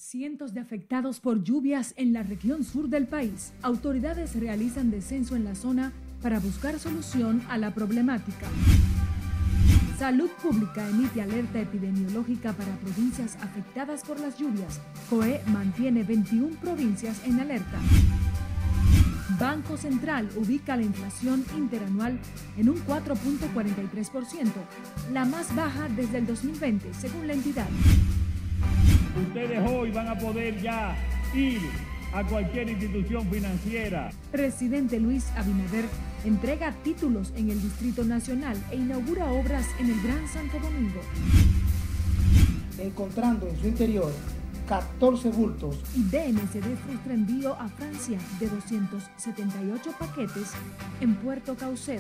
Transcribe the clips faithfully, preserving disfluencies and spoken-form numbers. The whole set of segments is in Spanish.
Cientos de afectados por lluvias en la región sur del país. Autoridades realizan descenso en la zona para buscar solución a la problemática. Salud Pública emite alerta epidemiológica para provincias afectadas por las lluvias. COE mantiene veintiuna provincias en alerta. Banco Central ubica la inflación interanual en un cuatro punto cuarenta y tres por ciento, la más baja desde el dos mil veinte, según la entidad. Ustedes hoy van a poder ya ir a cualquier institución financiera. Presidente Luis Abinader entrega títulos en el Distrito Nacional e inaugura obras en el Gran Santo Domingo. Encontrando en su interior catorce bultos. Y D N C D frustra envío a Francia de doscientos setenta y ocho paquetes en Puerto Caucedo.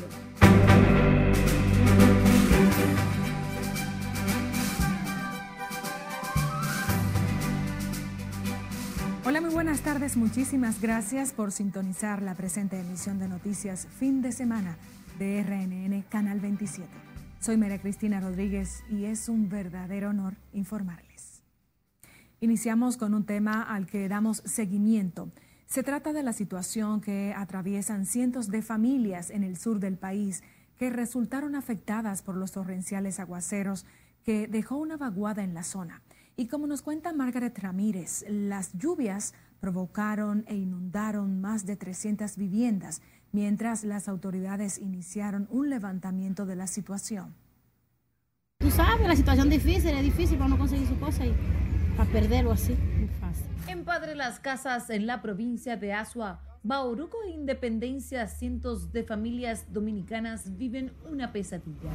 Hola, muy buenas tardes. Muchísimas gracias por sintonizar la presente emisión de noticias fin de semana de R N N Canal veintisiete. Soy María Cristina Rodríguez y es un verdadero honor informarles. Iniciamos con un tema al que damos seguimiento. Se trata de la situación que atraviesan cientos de familias en el sur del país que resultaron afectadas por los torrenciales aguaceros que dejó una vaguada en la zona. Y como nos cuenta Margaret Ramírez, las lluvias provocaron e inundaron más de trescientas viviendas, mientras las autoridades iniciaron un levantamiento de la situación. Tú sabes, la situación difícil, es difícil para no conseguir su cosa y para perderlo así, muy fácil. En Padre Las Casas, en la provincia de Azua, Bauruco e Independencia, cientos de familias dominicanas viven una pesadilla.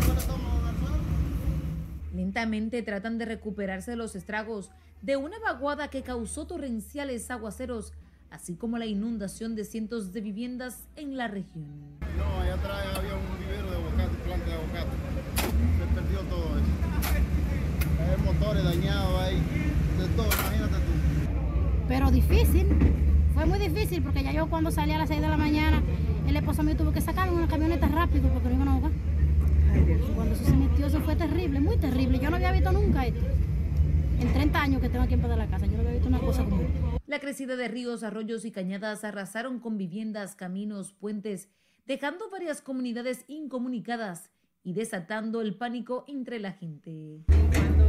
Lentamente tratan de recuperarse de los estragos de una vaguada que causó torrenciales aguaceros, así como la inundación de cientos de viviendas en la región. No, allá atrás había un vivero de aguacate, planta de aguacate. Se perdió todo eso. Hay motores dañados ahí, de todo, imagínate tú. Pero difícil, fue muy difícil porque ya yo cuando salí a las seis de la mañana, el esposo mío tuvo que sacar una camioneta rápido porque no iban a ahogar. Cuando eso se metió, eso fue terrible, muy terrible. Yo no había visto nunca esto. En treinta años que tengo aquí en Padre Las Casas, yo no había visto una cosa como esta. La crecida de ríos, arroyos y cañadas arrasaron con viviendas, caminos, puentes, dejando varias comunidades incomunicadas y desatando el pánico entre la gente. Cuando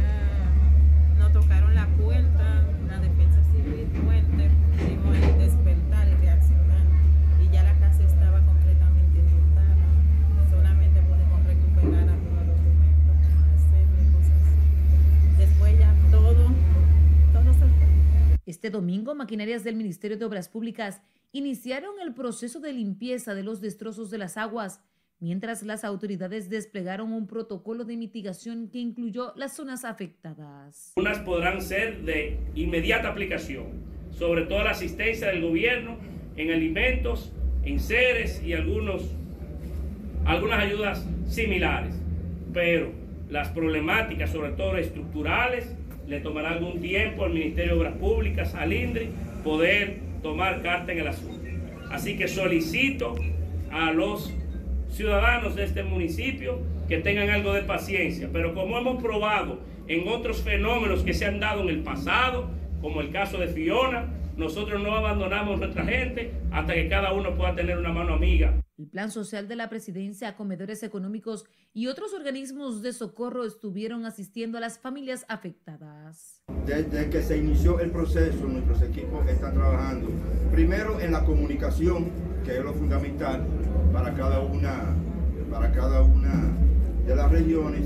ya nos tocaron la puerta, la defensa civil, puente, pudimos despertar y reaccionar. Y ya la casa estaba completamente inundada. Solamente podemos recuperar algunos documentos, hacerle cosas. Después ya todo, todo se fue. Este domingo, maquinarias del Ministerio de Obras Públicas iniciaron el proceso de limpieza de los destrozos de las aguas, mientras las autoridades desplegaron un protocolo de mitigación que incluyó las zonas afectadas. Unas podrán ser de inmediata aplicación, sobre todo la asistencia del gobierno en alimentos, enseres y algunos, algunas ayudas similares, pero las problemáticas, sobre todo estructurales, le tomará algún tiempo al Ministerio de Obras Públicas, al INDRI, poder tomar carta en el asunto. Así que solicito a los ciudadanos de este municipio que tengan algo de paciencia, pero como hemos probado en otros fenómenos que se han dado en el pasado, como el caso de Fiona, nosotros no abandonamos a nuestra gente hasta que cada uno pueda tener una mano amiga. El Plan Social de la Presidencia, comedores económicos y otros organismos de socorro estuvieron asistiendo a las familias afectadas. Desde que se inició el proceso, nuestros equipos están trabajando primero en la comunicación, que es lo fundamental para cada una, para cada una de las regiones,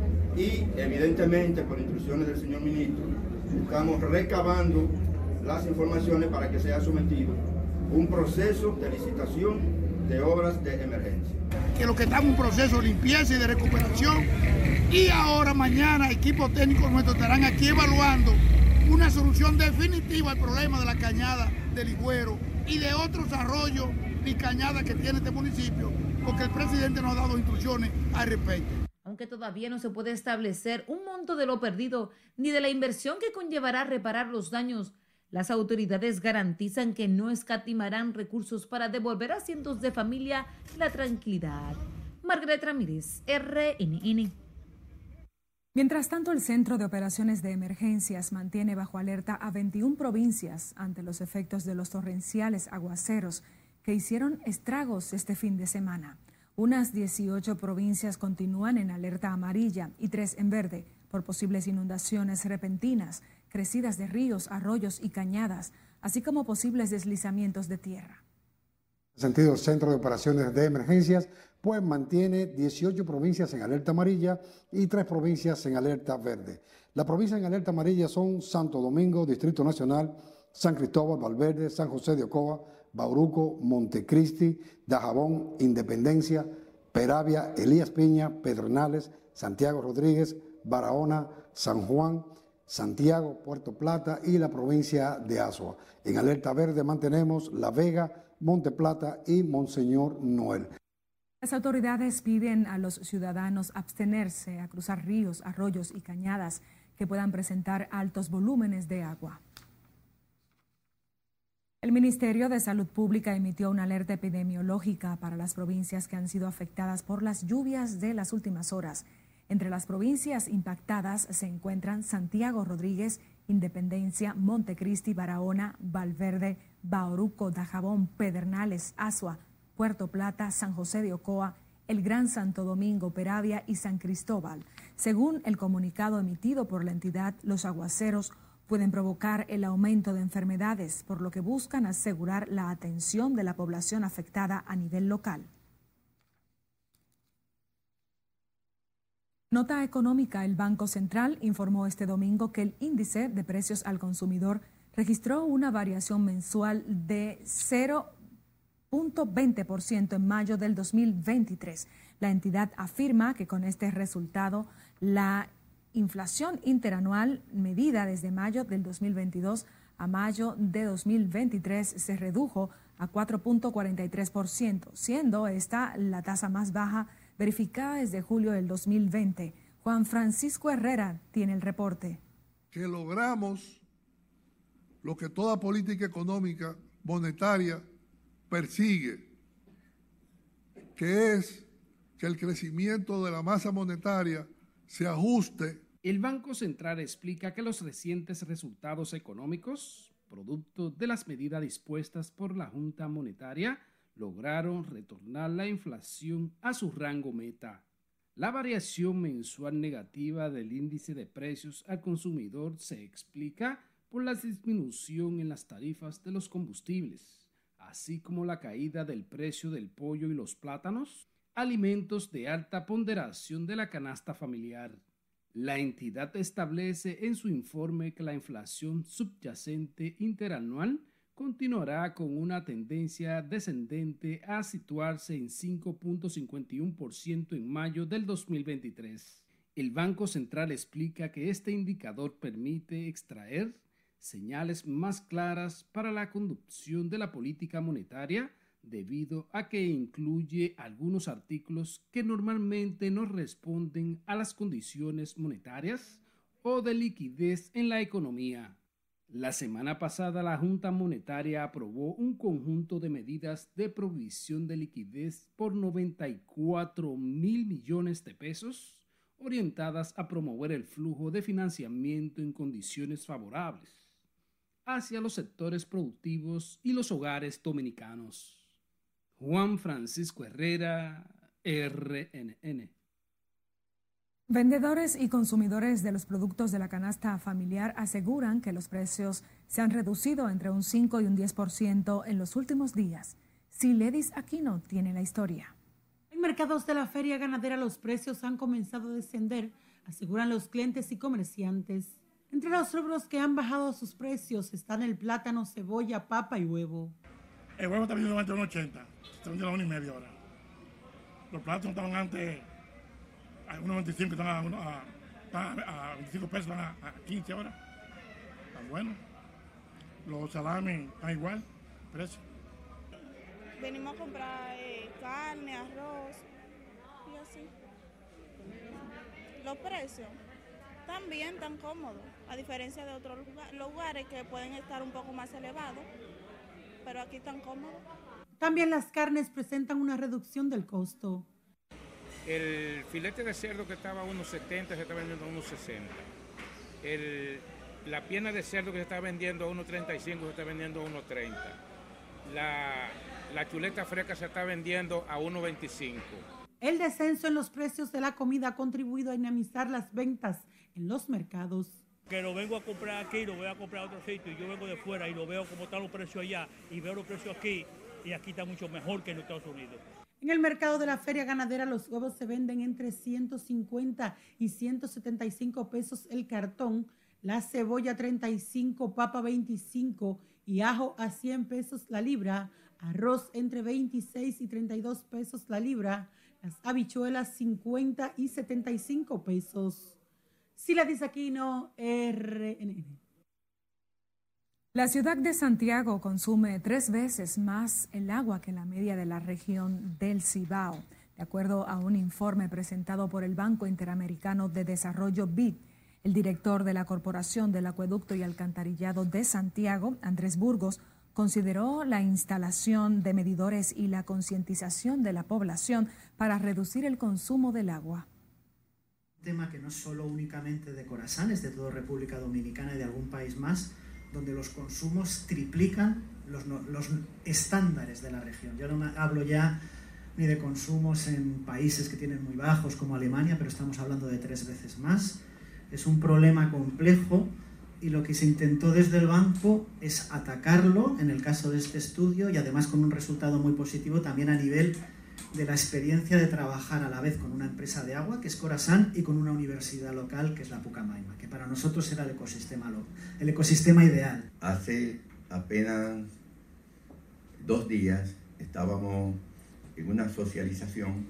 y evidentemente por instrucciones del señor ministro estamos recabando las informaciones para que sea sometido un proceso de licitación de obras de emergencia. Que lo que está en un proceso de limpieza y de recuperación, y ahora mañana equipos técnicos nuestros estarán aquí evaluando una solución definitiva al problema de la cañada del Higüero y de otros arroyos y cañadas que tiene este municipio, porque el presidente nos ha dado instrucciones al respecto. Aunque todavía no se puede establecer un monto de lo perdido ni de la inversión que conllevará reparar los daños, las autoridades garantizan que no escatimarán recursos para devolver a cientos de familias la tranquilidad. Margaret Ramírez, R N N. Mientras tanto, el Centro de Operaciones de Emergencias mantiene bajo alerta a veintiuna provincias ante los efectos de los torrenciales aguaceros que hicieron estragos este fin de semana. Unas dieciocho provincias continúan en alerta amarilla y tres en verde por posibles inundaciones repentinas, crecidas de ríos, arroyos y cañadas, así como posibles deslizamientos de tierra. En sentido, el Centro de Operaciones de Emergencias pues mantiene dieciocho provincias en alerta amarilla y tres provincias en alerta verde. Las provincias en alerta amarilla son Santo Domingo, Distrito Nacional, San Cristóbal, Valverde, San José de Ocoa, Bauruco, Montecristi, Dajabón, Independencia, Peravia, Elías Piña, Pedernales, Santiago Rodríguez, Barahona, San Juan, Santiago, Puerto Plata y la provincia de Azua. En alerta verde mantenemos La Vega, Monte Plata y Monseñor Noel. Las autoridades piden a los ciudadanos abstenerse a cruzar ríos, arroyos y cañadas que puedan presentar altos volúmenes de agua. El Ministerio de Salud Pública emitió una alerta epidemiológica para las provincias que han sido afectadas por las lluvias de las últimas horas. Entre las provincias impactadas se encuentran Santiago Rodríguez, Independencia, Montecristi, Barahona, Valverde, Bauruco, Dajabón, Pedernales, Azua, Puerto Plata, San José de Ocoa, el Gran Santo Domingo, Peravia y San Cristóbal. Según el comunicado emitido por la entidad, los aguaceros pueden provocar el aumento de enfermedades, por lo que buscan asegurar la atención de la población afectada a nivel local. Nota económica: el Banco Central informó este domingo que el índice de precios al consumidor registró una variación mensual de cero punto veinte por ciento en mayo del dos mil veintitrés. La entidad afirma que con este resultado la inflación interanual medida desde mayo del dos mil veintidós a mayo de dos mil veintitrés se redujo a cuatro punto cuarenta y tres por ciento, siendo esta la tasa más baja verificada desde julio del dos mil veinte. Juan Francisco Herrera tiene el reporte. Que logramos lo que toda política económica monetaria persigue, que es que el crecimiento de la masa monetaria se ajuste. El Banco Central explica que los recientes resultados económicos, producto de las medidas dispuestas por la Junta Monetaria, lograron retornar la inflación a su rango meta. La variación mensual negativa del índice de precios al consumidor se explica por la disminución en las tarifas de los combustibles, así como la caída del precio del pollo y los plátanos, alimentos de alta ponderación de la canasta familiar. La entidad establece en su informe que la inflación subyacente interanual continuará con una tendencia descendente a situarse en cinco punto cincuenta y uno por ciento en mayo del dos mil veintitrés. El Banco Central explica que este indicador permite extraer señales más claras para la conducción de la política monetaria, debido a que incluye algunos artículos que normalmente no responden a las condiciones monetarias o de liquidez en la economía. La semana pasada la Junta Monetaria aprobó un conjunto de medidas de provisión de liquidez por noventa y cuatro mil millones de pesos, orientadas a promover el flujo de financiamiento en condiciones favorables hacia los sectores productivos y los hogares dominicanos. Juan Francisco Herrera, R N N. Vendedores y consumidores de los productos de la canasta familiar aseguran que los precios se han reducido entre un cinco y un diez por ciento en los últimos días. Siledis Aquino tiene la historia. En mercados de la feria ganadera los precios han comenzado a descender, aseguran los clientes y comerciantes. Entre los rubros que han bajado sus precios están el plátano, cebolla, papa y huevo. El huevo está vendiendo a uno ochenta, está vendiendo a una y media ahora. Los plátanos estaban antes a uno veinticinco, están a, a, a, a veinticinco pesos, están a, a quince ahora. Están buenos. Los salamis están igual, precio. Venimos a comprar eh, carne, arroz y así. Los precios también tan cómodos, a diferencia de otros lugares que pueden estar un poco más elevados, pero aquí están cómodos. También las carnes presentan una reducción del costo. El filete de cerdo que estaba a uno setenta se está vendiendo a uno sesenta. El, la pierna de cerdo que se está vendiendo a uno treinta y cinco se está vendiendo a uno treinta. La, la chuleta fresca se está vendiendo a uno veinticinco. El descenso en los precios de la comida ha contribuido a dinamizar las ventas en los mercados. Que lo vengo a comprar aquí, lo voy a comprar a otro sitio, y yo vengo de fuera y lo veo como están los precios allá, y veo los precios aquí, y aquí está mucho mejor que en los Estados Unidos. En el mercado de la feria ganadera los huevos se venden entre ciento cincuenta y ciento setenta y cinco pesos el cartón, la cebolla treinta y cinco, papa veinticinco y ajo a cien pesos la libra, arroz entre veintiséis y treinta y dos pesos la libra, las habichuelas cincuenta y setenta y cinco pesos. Sila Disaquino, R N N. La ciudad de Santiago consume tres veces más el agua que la media de la región del Cibao, de acuerdo a un informe presentado por el Banco Interamericano de Desarrollo B I D. El director de la Corporación del Acueducto y Alcantarillado de Santiago, Andrés Burgos, consideró la instalación de medidores y la concientización de la población para reducir el consumo del agua. Un tema que no es solo únicamente de Corazán, es de toda República Dominicana y de algún país más, donde los consumos triplican los, los estándares de la región. Yo no me hablo ya ni de consumos en países que tienen muy bajos como Alemania, pero estamos hablando de tres veces más. Es un problema complejo y lo que se intentó desde el banco es atacarlo en el caso de este estudio y además con un resultado muy positivo también a nivel de la experiencia de trabajar a la vez con una empresa de agua, que es Corazán, y con una universidad local, que es la Pucamaima, que para nosotros era el ecosistema, el ecosistema ideal. Hace apenas dos días estábamos en una socialización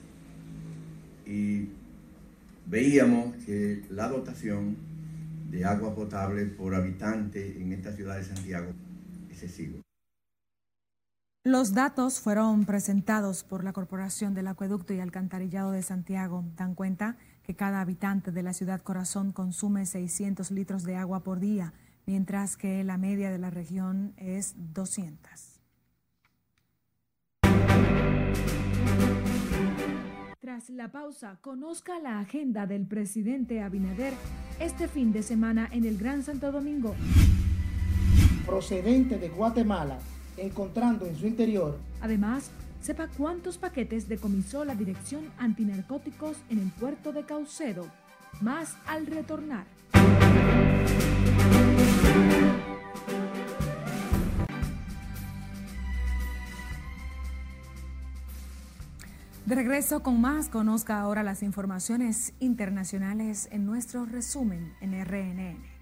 y veíamos que la dotación de agua potable por habitante en esta ciudad de Santiago es excesiva. Los datos fueron presentados por la Corporación del Acueducto y Alcantarillado de Santiago. Dan cuenta que cada habitante de la ciudad corazón consume seiscientos litros de agua por día, mientras que la media de la región es doscientos. Tras la pausa, conozca la agenda del presidente Abinader este fin de semana en el Gran Santo Domingo. Procedente de Guatemala, encontrando en su interior. Además, sepa cuántos paquetes decomisó la Dirección Antinarcóticos en el puerto de Caucedo. Más al retornar. De regreso con más, conozca ahora las informaciones internacionales en nuestro resumen en R N N.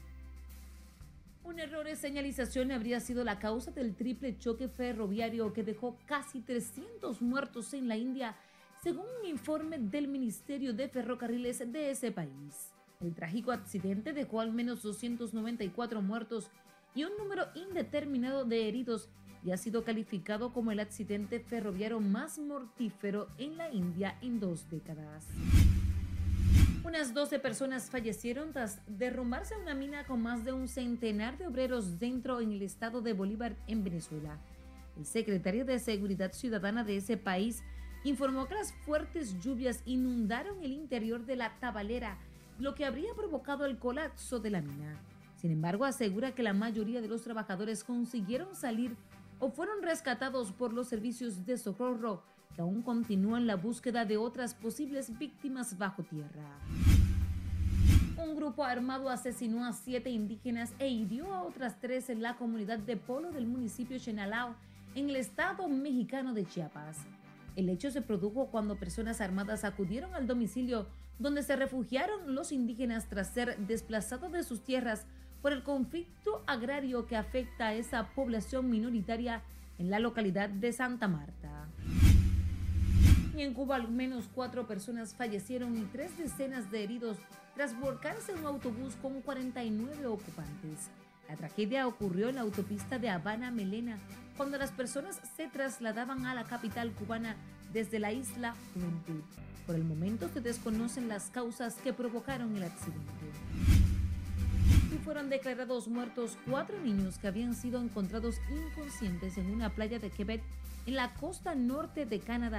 Un error de señalización habría sido la causa del triple choque ferroviario que dejó casi trescientos muertos en la India, según un informe del Ministerio de Ferrocarriles de ese país. El trágico accidente dejó al menos doscientos noventa y cuatro muertos y un número indeterminado de heridos y ha sido calificado como el accidente ferroviario más mortífero en la India en dos décadas. Unas doce personas fallecieron tras derrumbarse una mina con más de un centenar de obreros dentro en el estado de Bolívar, en Venezuela. El secretario de Seguridad Ciudadana de ese país informó que las fuertes lluvias inundaron el interior de la tabalera, lo que habría provocado el colapso de la mina. Sin embargo, asegura que la mayoría de los trabajadores consiguieron salir o fueron rescatados por los servicios de socorro, que aún continúan la búsqueda de otras posibles víctimas bajo tierra. Un grupo armado asesinó a siete indígenas e hirió a otras tres en la comunidad de Polo del municipio Chenalao, en el estado mexicano de Chiapas. El hecho se produjo cuando personas armadas acudieron al domicilio donde se refugiaron los indígenas tras ser desplazados de sus tierras por el conflicto agrario que afecta a esa población minoritaria en la localidad de Santa Marta. Y en Cuba al menos cuatro personas fallecieron y tres decenas de heridos tras volcarse un autobús con cuarenta y nueve ocupantes. La tragedia ocurrió en la autopista de Habana Melena, cuando las personas se trasladaban a la capital cubana desde la isla Juventud. Por el momento se desconocen las causas que provocaron el accidente. Y fueron declarados muertos cuatro niños que habían sido encontrados inconscientes en una playa de Quebec, en la costa norte de Canadá,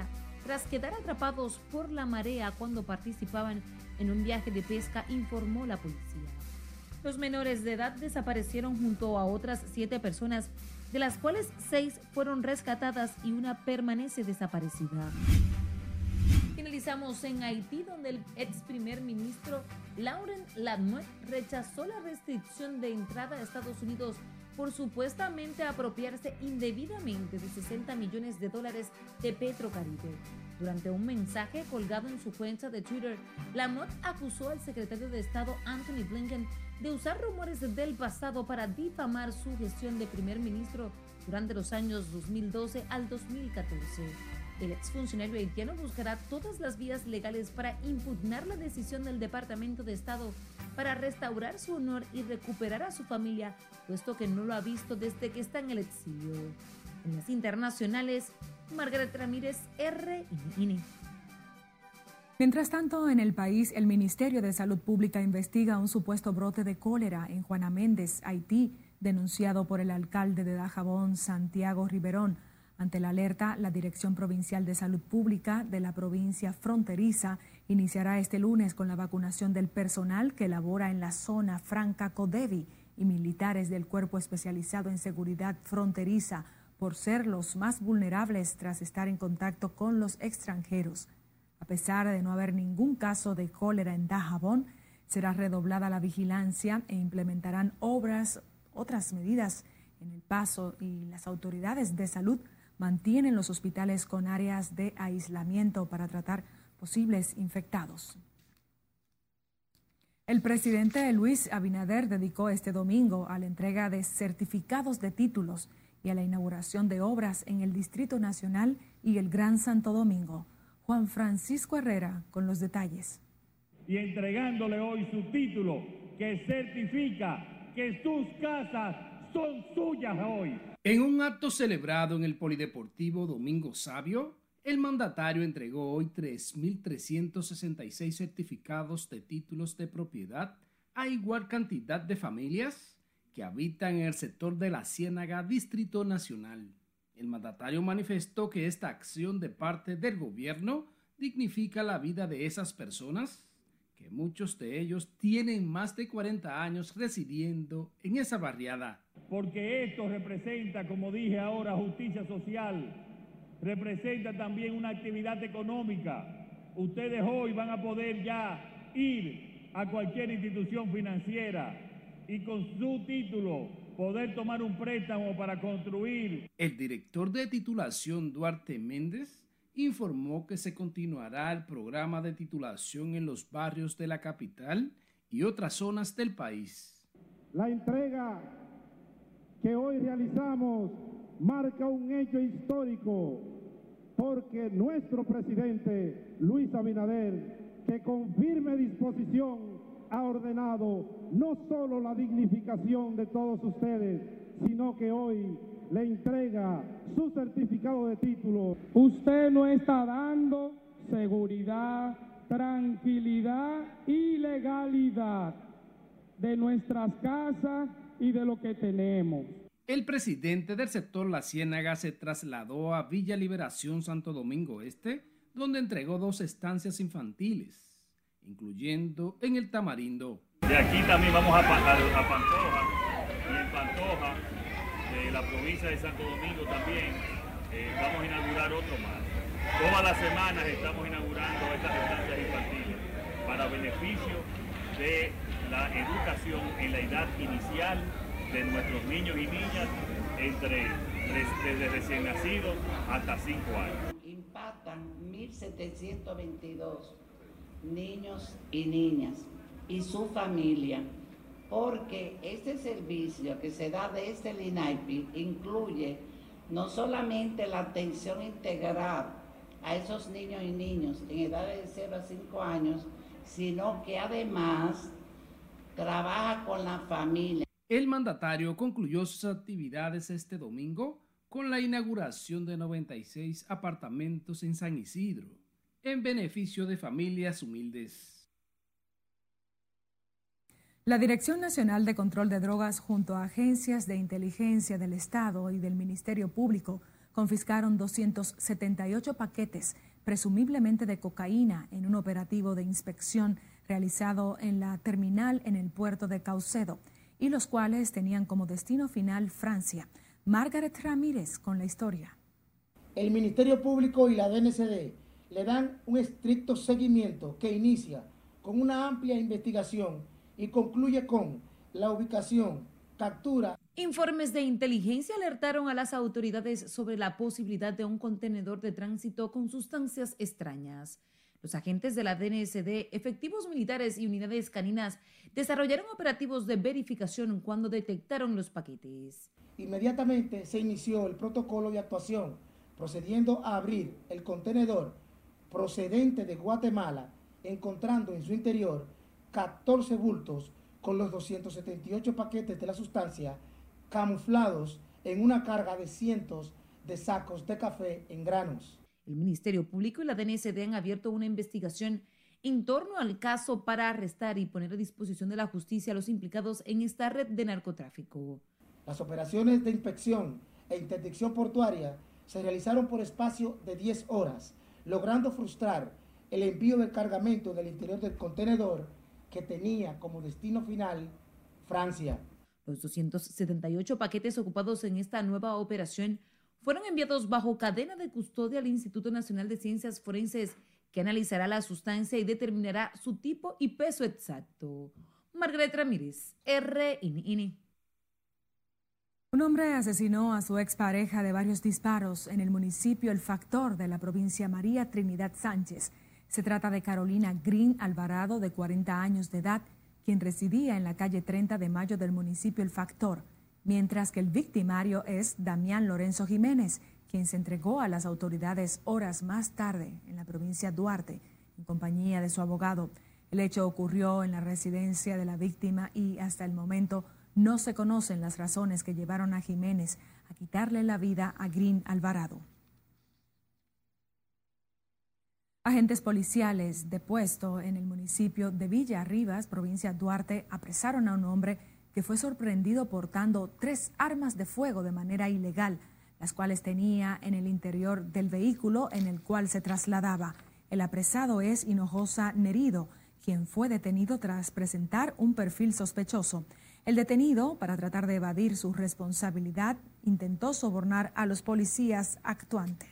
tras quedar atrapados por la marea cuando participaban en un viaje de pesca, informó la policía. Los menores de edad desaparecieron junto a otras siete personas, de las cuales seis fueron rescatadas y una permanece desaparecida. Finalizamos en Haití, donde el ex primer ministro Laurent Ladmot rechazó la restricción de entrada a Estados Unidos por supuestamente apropiarse indebidamente de sesenta millones de dólares de Petrocaribe. Durante un mensaje colgado en su cuenta de Twitter, Ladmot acusó al secretario de Estado Anthony Blinken de usar rumores del pasado para difamar su gestión de primer ministro durante los años dos mil doce al dos mil catorce. El exfuncionario haitiano buscará todas las vías legales para impugnar la decisión del Departamento de Estado para restaurar su honor y recuperar a su familia, puesto que no lo ha visto desde que está en el exilio. En las internacionales, Margaret Ramírez, R N N. Mientras tanto, en el país, el Ministerio de Salud Pública investiga un supuesto brote de cólera en Juana Méndez, Haití, denunciado por el alcalde de Dajabón, Santiago Riverón. Ante la alerta, la Dirección Provincial de Salud Pública de la provincia fronteriza iniciará este lunes con la vacunación del personal que labora en la zona franca Codevi y militares del Cuerpo Especializado en Seguridad Fronteriza, por ser los más vulnerables tras estar en contacto con los extranjeros. A pesar de no haber ningún caso de cólera en Dajabón, será redoblada la vigilancia e implementarán obras, otras medidas en el paso, y las autoridades de salud mantienen los hospitales con áreas de aislamiento para tratar posibles infectados. El presidente Luis Abinader dedicó este domingo a la entrega de certificados de títulos y a la inauguración de obras en el Distrito Nacional y el Gran Santo Domingo. Juan Francisco Herrera con los detalles. Y entregándole hoy su título que certifica que sus casas son suyas hoy. En un acto celebrado en el Polideportivo Domingo Sabio, el mandatario entregó hoy tres mil trescientos sesenta y seis certificados de títulos de propiedad a igual cantidad de familias que habitan en el sector de la Ciénaga, Distrito Nacional. El mandatario manifestó que esta acción de parte del gobierno dignifica la vida de esas personas, que muchos de ellos tienen más de cuarenta años residiendo en esa barriada. Porque esto representa, como dije ahora, justicia social, representa también una actividad económica. Ustedes hoy van a poder ya ir a cualquier institución financiera y con su título poder tomar un préstamo para construir. El director de titulación, Duarte Méndez, informó que se continuará el programa de titulación en los barrios de la capital y otras zonas del país. La entrega que hoy realizamos marca un hecho histórico, porque nuestro presidente Luis Abinader, que con firme disposición ha ordenado no solo la dignificación de todos ustedes, sino que hoy le entrega su certificado de título. Usted nos está dando seguridad, tranquilidad y legalidad de nuestras casas y de lo que tenemos. El presidente del sector La Ciénaga se trasladó a Villa Liberación, Santo Domingo Este, donde entregó dos estancias infantiles, incluyendo en el Tamarindo. De aquí también vamos a, a, a Pantoja, y en Pantoja, de la provincia de Santo Domingo también, eh, vamos a inaugurar otro más. Todas las semanas estamos inaugurando estas estancias infantiles para beneficio de la educación en la edad inicial de nuestros niños y niñas, entre desde recién nacidos hasta cinco años. Impactan mil setecientos veintidós niños y niñas y su familia, porque este servicio que se da desde el INAIPI incluye no solamente la atención integral a esos niños y niñas en edades de cero a cinco años, sino que además trabaja con la familia. El mandatario concluyó sus actividades este domingo con la inauguración de noventa y seis apartamentos en San Isidro, en beneficio de familias humildes. La Dirección Nacional de Control de Drogas, junto a agencias de inteligencia del Estado y del Ministerio Público, confiscaron doscientos setenta y ocho paquetes presumiblemente de cocaína, en un operativo de inspección realizado en la terminal en el puerto de Caucedo, y los cuales tenían como destino final Francia. Margaret Ramírez con la historia. El Ministerio Público y la D N C D le dan un estricto seguimiento que inicia con una amplia investigación y concluye con la ubicación, captura. Informes de inteligencia alertaron a las autoridades sobre la posibilidad de un contenedor de tránsito con sustancias extrañas. Los agentes de la D N C D, efectivos militares y unidades caninas desarrollaron operativos de verificación cuando detectaron los paquetes. Inmediatamente se inició el protocolo de actuación, procediendo a abrir el contenedor procedente de Guatemala, encontrando en su interior catorce bultos con los doscientos setenta y ocho paquetes de la sustancia camuflados en una carga de cientos de sacos de café en granos. El Ministerio Público y la D N C D han abierto una investigación en torno al caso para arrestar y poner a disposición de la justicia a los implicados en esta red de narcotráfico. Las operaciones de inspección e interdicción portuaria se realizaron por espacio de diez horas, logrando frustrar el envío del cargamento en el interior del contenedor que tenía como destino final Francia. Los doscientos setenta y ocho paquetes ocupados en esta nueva operación fueron enviados bajo cadena de custodia al Instituto Nacional de Ciencias Forenses, que analizará la sustancia y determinará su tipo y peso exacto. Margaret Ramírez, R N N. Un hombre asesinó a su expareja de varios disparos en el municipio El Factor de la provincia María Trinidad Sánchez. Se trata de Carolina Green Alvarado, de cuarenta años de edad, quien residía en la calle treinta de mayo del municipio El Factor, mientras que el victimario es Damián Lorenzo Jiménez, quien se entregó a las autoridades horas más tarde en la provincia Duarte, en compañía de su abogado. El hecho ocurrió en la residencia de la víctima y hasta el momento no se conocen las razones que llevaron a Jiménez a quitarle la vida a Green Alvarado. Agentes policiales de puesto en el municipio de Villa Rivas, provincia Duarte, apresaron a un hombre que fue sorprendido portando tres armas de fuego de manera ilegal, las cuales tenía en el interior del vehículo en el cual se trasladaba. El apresado es Hinojosa Nerido, quien fue detenido tras presentar un perfil sospechoso. El detenido, para tratar de evadir su responsabilidad, intentó sobornar a los policías actuantes.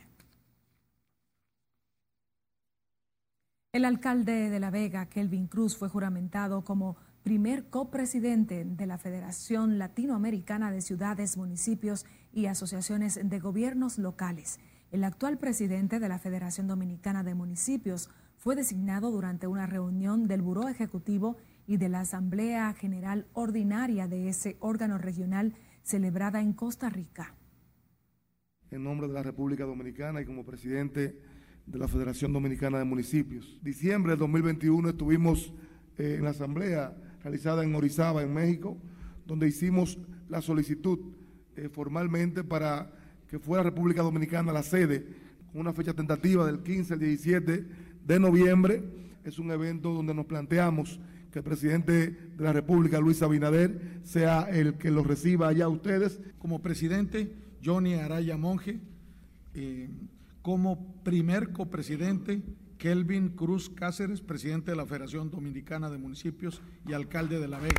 El alcalde de La Vega, Kelvin Cruz, fue juramentado como primer copresidente de la Federación Latinoamericana de Ciudades, Municipios y Asociaciones de Gobiernos Locales. El actual presidente de la Federación Dominicana de Municipios fue designado durante una reunión del Buró Ejecutivo y de la Asamblea General Ordinaria de ese órgano regional celebrada en Costa Rica. En nombre de la República Dominicana y como presidente de la Federación Dominicana de Municipios. Diciembre del dos mil veintiuno estuvimos eh, en la asamblea realizada en Orizaba, en México, donde hicimos la solicitud eh, formalmente para que fuera República Dominicana la sede, con una fecha tentativa del quince al diecisiete de noviembre. Es un evento donde nos planteamos que el presidente de la República, Luis Abinader, sea el que los reciba allá a ustedes. Como presidente, Johnny Araya Monge. Eh, como primer copresidente, Kelvin Cruz Cáceres, presidente de la Federación Dominicana de Municipios y alcalde de La Vega.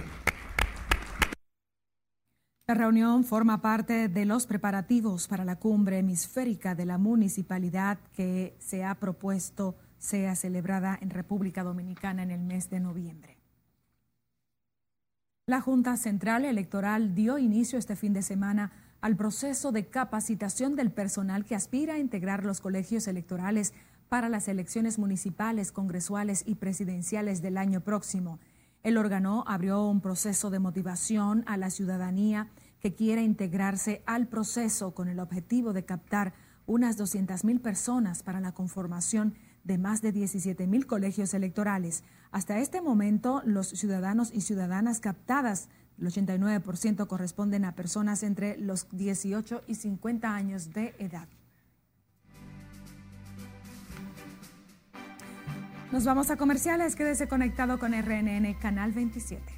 La reunión forma parte de los preparativos para la cumbre hemisférica de la municipalidad que se ha propuesto sea celebrada en República Dominicana en el mes de noviembre. La Junta Central Electoral dio inicio este fin de semana al proceso de capacitación del personal que aspira a integrar los colegios electorales para las elecciones municipales, congresuales y presidenciales del año próximo. El órgano abrió un proceso de motivación a la ciudadanía que quiere integrarse al proceso con el objetivo de captar unas doscientas mil personas para la conformación de más de diecisiete mil colegios electorales. Hasta este momento, los ciudadanos y ciudadanas captadas, el ochenta y nueve por ciento corresponden a personas entre los dieciocho y cincuenta años de edad. Nos vamos a comerciales. Quédese conectado con R N N Canal veintisiete.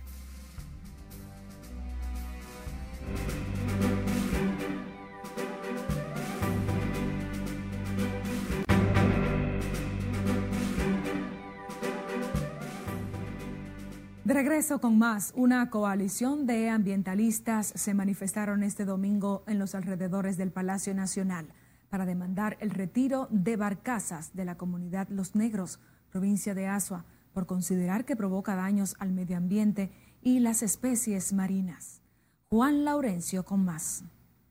De regreso con más, una coalición de ambientalistas se manifestaron este domingo en los alrededores del Palacio Nacional para demandar el retiro de barcazas de la comunidad Los Negros, provincia de Azua, por considerar que provoca daños al medio ambiente y las especies marinas. Juan Laurencio con más.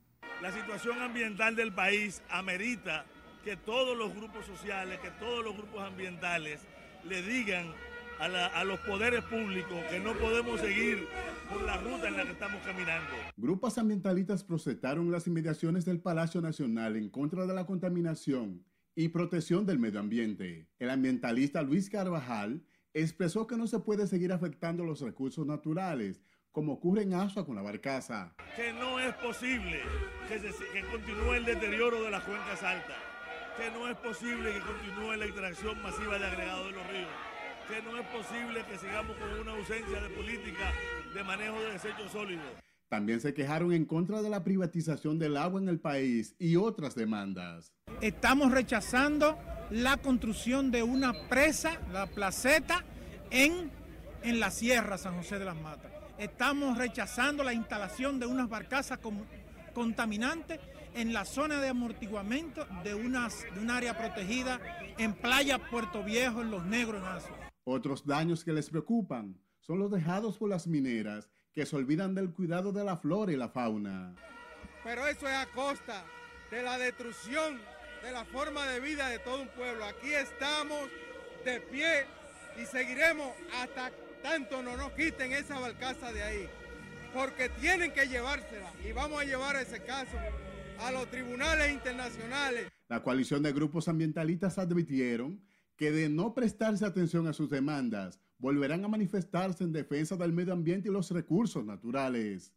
La situación ambiental del país amerita que todos los grupos sociales, que todos los grupos ambientales le digan a, la, a los poderes públicos que no podemos seguir por la ruta en la que estamos caminando. Grupos ambientalistas protestaron las inmediaciones del Palacio Nacional en contra de la contaminación y protección del medio ambiente. El ambientalista Luis Carvajal expresó que no se puede seguir afectando los recursos naturales, como ocurre en Azua con la barcaza. Que no es posible que, se, que continúe el deterioro de las cuencas altas, que no es posible que continúe la extracción masiva de agregados de los ríos, que no es posible que sigamos con una ausencia de política de manejo de desechos sólidos. También se quejaron en contra de la privatización del agua en el país y otras demandas. Estamos rechazando la construcción de una presa, la placeta, en, en la Sierra San José de las Matas. Estamos rechazando la instalación de unas barcazas con, contaminantes en la zona de amortiguamiento de, unas, de un área protegida en Playa Puerto Viejo, en Los Negros, en Azua. Otros daños que les preocupan son los dejados por las mineras, que se olvidan del cuidado de la flora y la fauna. Pero eso es a costa de la destrucción de la forma de vida de todo un pueblo. Aquí estamos de pie y seguiremos hasta tanto no nos quiten esa barcaza de ahí, porque tienen que llevársela y vamos a llevar ese caso a los tribunales internacionales. La coalición de grupos ambientalistas advirtieron que de no prestarse atención a sus demandas, volverán a manifestarse en defensa del medio ambiente y los recursos naturales.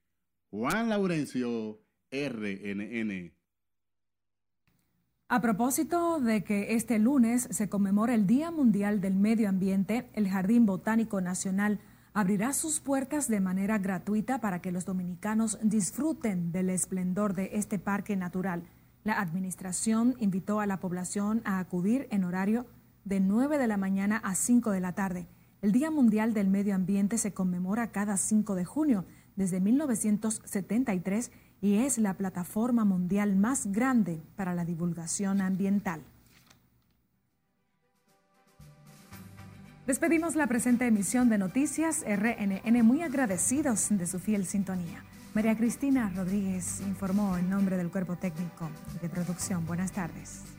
Juan Laurencio, R N N. A propósito de que este lunes se conmemora el Día Mundial del Medio Ambiente, el Jardín Botánico Nacional abrirá sus puertas de manera gratuita para que los dominicanos disfruten del esplendor de este parque natural. La administración invitó a la población a acudir en horario de nueve de la mañana a cinco de la tarde. El Día Mundial del Medio Ambiente se conmemora cada cinco de junio desde mil novecientos setenta y tres y es la plataforma mundial más grande para la divulgación ambiental. Despedimos la presente emisión de Noticias R N N, muy agradecidos de su fiel sintonía. María Cristina Rodríguez informó en nombre del cuerpo técnico y de producción. Buenas tardes.